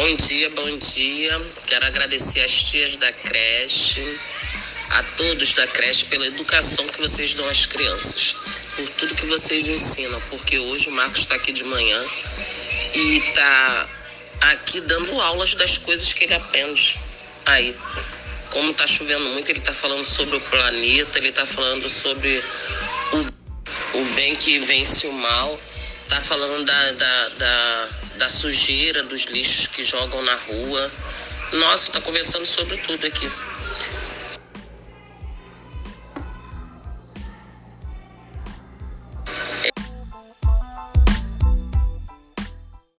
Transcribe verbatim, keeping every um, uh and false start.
Bom dia, bom dia. Quero agradecer às tias da creche, a todos da creche pela educação que vocês dão às crianças, por tudo que vocês ensinam, porque hoje o Marcos está aqui de manhã e está aqui dando aulas das coisas que ele aprende aí. Como está chovendo muito, ele está falando sobre o planeta, ele está falando sobre o, o bem que vence o mal, está falando da, da, da, da sujeira, dos lixos que jogam na rua. Nossa, está conversando sobre tudo aqui.